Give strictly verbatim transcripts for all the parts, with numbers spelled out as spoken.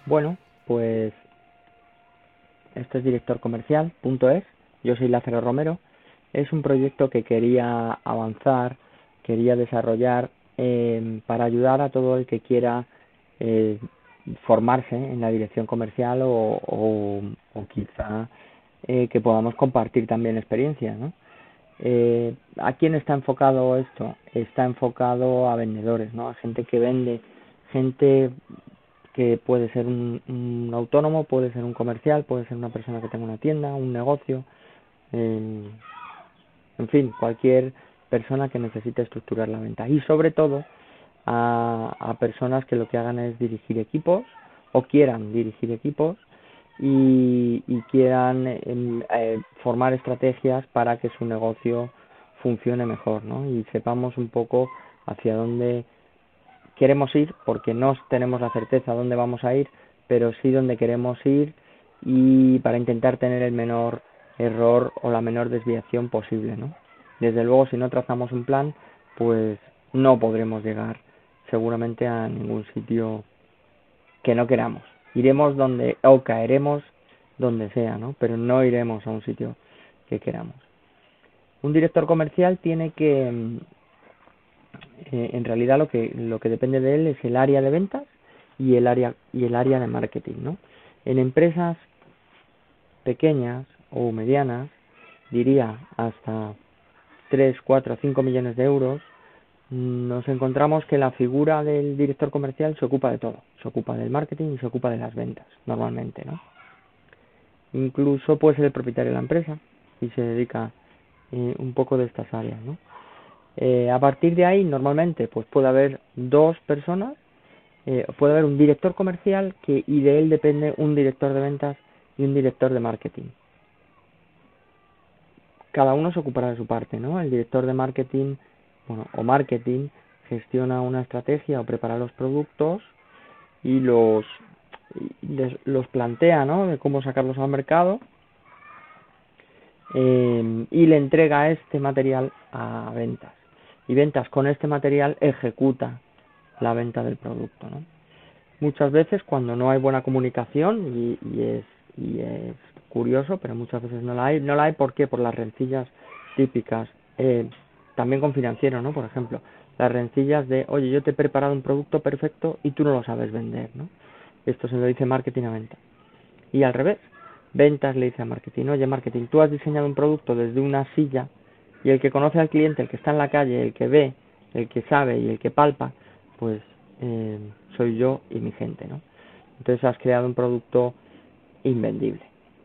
Bueno, pues esto es director comercial punto es. Yo soy Lázaro Romero. Es un proyecto que quería avanzar, quería desarrollar eh, para ayudar a todo el que quiera eh, formarse en la dirección comercial o, o, o quizá eh, que podamos compartir también experiencias, ¿no? Eh, ¿A quién está enfocado esto? Está enfocado a vendedores, ¿no? A gente que vende, gente que puede ser un, un autónomo, puede ser un comercial, puede ser una persona que tenga una tienda, un negocio, eh, en fin, cualquier persona que necesite estructurar la venta. Y sobre todo a, a personas que lo que hagan es dirigir equipos o quieran dirigir equipos y, y quieran eh, eh, formar estrategias para que su negocio funcione mejor, ¿no? Y sepamos un poco hacia dónde queremos ir, porque no tenemos la certeza dónde vamos a ir, pero sí dónde queremos ir y para intentar tener el menor error o la menor desviación posible, ¿no? Desde luego, si no trazamos un plan, pues no podremos llegar seguramente a ningún sitio que no queramos. Iremos donde, o caeremos donde sea, ¿no? Pero no iremos a un sitio que queramos. Un director comercial tiene que, eh, en realidad lo que, lo que depende de él es el área de ventas y el área, y el área de marketing, ¿no? En empresas pequeñas o medianas, diría hasta tres, cuatro, cinco millones de euros, nos encontramos que la figura del director comercial se ocupa de todo. Se ocupa del marketing y se ocupa de las ventas, normalmente, ¿no? Incluso puede ser el propietario de la empresa y se dedica eh, un poco de estas áreas, ¿no? Eh, a partir de ahí, normalmente, pues puede haber dos personas, eh, puede haber un director comercial que y de él depende un director de ventas y un director de marketing. Cada uno se ocupará de su parte, ¿no? El director de marketing, bueno, o marketing, gestiona una estrategia o prepara los productos y los y les, los plantea, ¿no? De cómo sacarlos al mercado eh, y le entrega este material a ventas. Y ventas con este material ejecuta la venta del producto, ¿no? Muchas veces cuando no hay buena comunicación y, y es y es curioso, pero muchas veces no la hay. No la hay, ¿por qué? Por las rencillas típicas, eh, también con financieros, ¿no? Por ejemplo, las rencillas de, oye, yo te he preparado un producto perfecto y tú no lo sabes vender, ¿no? Esto se lo dice marketing a ventas. Y al revés, ventas le dice a marketing, oye, marketing, tú has diseñado un producto desde una silla y el que conoce al cliente, el que está en la calle, el que ve, el que sabe y el que palpa, pues eh, soy yo y mi gente, ¿no? Entonces has creado un producto invendible.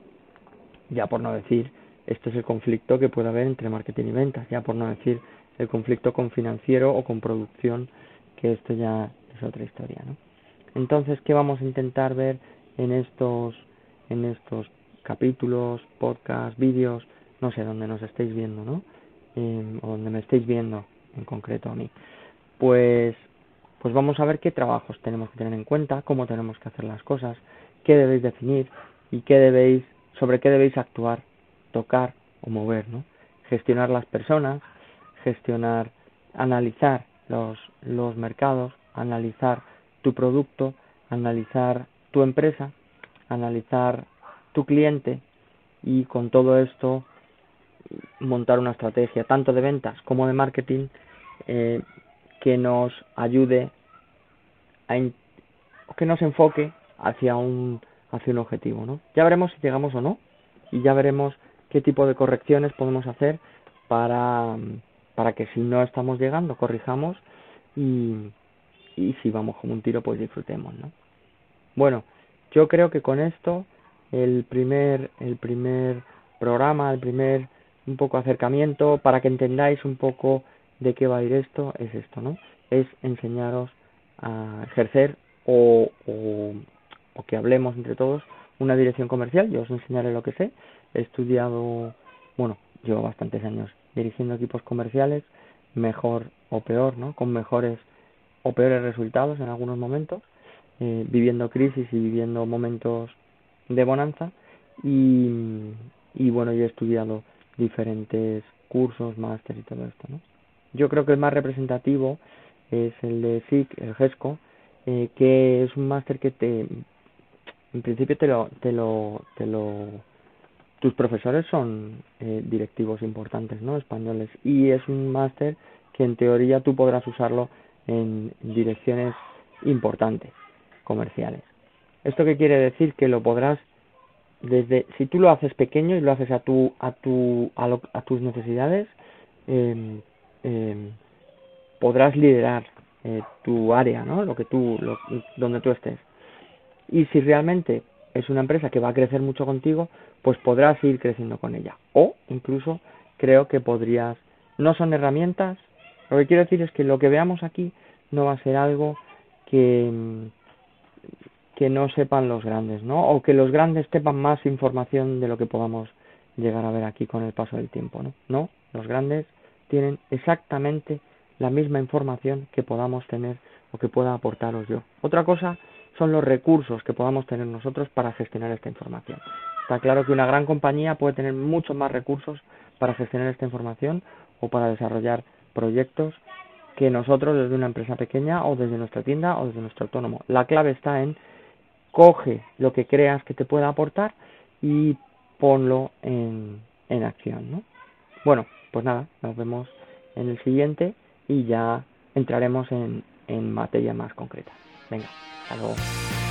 Ya por no decir, esto es el conflicto que puede haber entre marketing y ventas, ya por no decir el conflicto con financiero o con producción, que esto ya es otra historia, ¿no? Entonces, ¿qué vamos a intentar ver en estos en estos capítulos, podcasts, vídeos, no sé, dónde nos estéis viendo, ¿no? Eh, o donde me estéis viendo en concreto a mí. Pues pues vamos a ver qué trabajos tenemos que tener en cuenta, cómo tenemos que hacer las cosas, qué debéis definir y qué debéis, sobre qué debéis actuar, tocar o mover, ¿no? Gestionar las personas, gestionar, analizar los, los mercados, analizar tu producto, analizar tu empresa, analizar tu cliente y con todo esto montar una estrategia tanto de ventas como de marketing eh, que nos ayude a in- que nos enfoque hacia un hacia un objetivo, ¿no? Ya veremos si llegamos o no y ya veremos qué tipo de correcciones podemos hacer para para que si no estamos llegando corrijamos y y si vamos como un tiro pues disfrutemos, ¿no? Bueno, yo creo que con esto el primer el primer programa, el primer un poco acercamiento para que entendáis un poco de qué va a ir esto es esto, ¿no? Es enseñaros a ejercer o, o, o que hablemos entre todos una dirección comercial. Yo os enseñaré lo que sé. He estudiado, bueno, llevo bastantes años dirigiendo equipos comerciales, mejor o peor, ¿no? Con mejores o peores resultados en algunos momentos, eh, viviendo crisis y viviendo momentos de bonanza y, y bueno, yo he estudiado diferentes cursos, máster y todo esto, ¿no? Yo creo que el más representativo es el de S I C, el GESCO, eh, que es un máster que te En principio te lo, te lo, te lo, tus profesores son eh, directivos importantes, ¿no? Españoles. Y es un máster que en teoría tú podrás usarlo en direcciones importantes, comerciales. ¿Esto qué quiere decir? Que lo podrás desde, si tú lo haces pequeño y lo haces a tu, a tu, a, lo, a tus necesidades, eh, eh, podrás liderar eh, tu área, ¿no? Lo que tú, lo, donde tú estés. Y si realmente es una empresa que va a crecer mucho contigo, pues podrás ir creciendo con ella. O incluso creo que podrías, no son herramientas, lo que quiero decir es que lo que veamos aquí no va a ser algo que, que no sepan los grandes, ¿no? O que los grandes sepan más información de lo que podamos llegar a ver aquí con el paso del tiempo, ¿no? No, los grandes tienen exactamente la misma información que podamos tener o que pueda aportaros yo. Otra cosa son los recursos que podamos tener nosotros para gestionar esta información. Está claro que una gran compañía puede tener muchos más recursos para gestionar esta información o para desarrollar proyectos que nosotros desde una empresa pequeña o desde nuestra tienda o desde nuestro autónomo. La clave está en coge lo que creas que te pueda aportar y ponlo en, en acción, ¿no? Bueno, pues nada, nos vemos en el siguiente y ya entraremos en, en materia más concreta. Venga, hasta luego.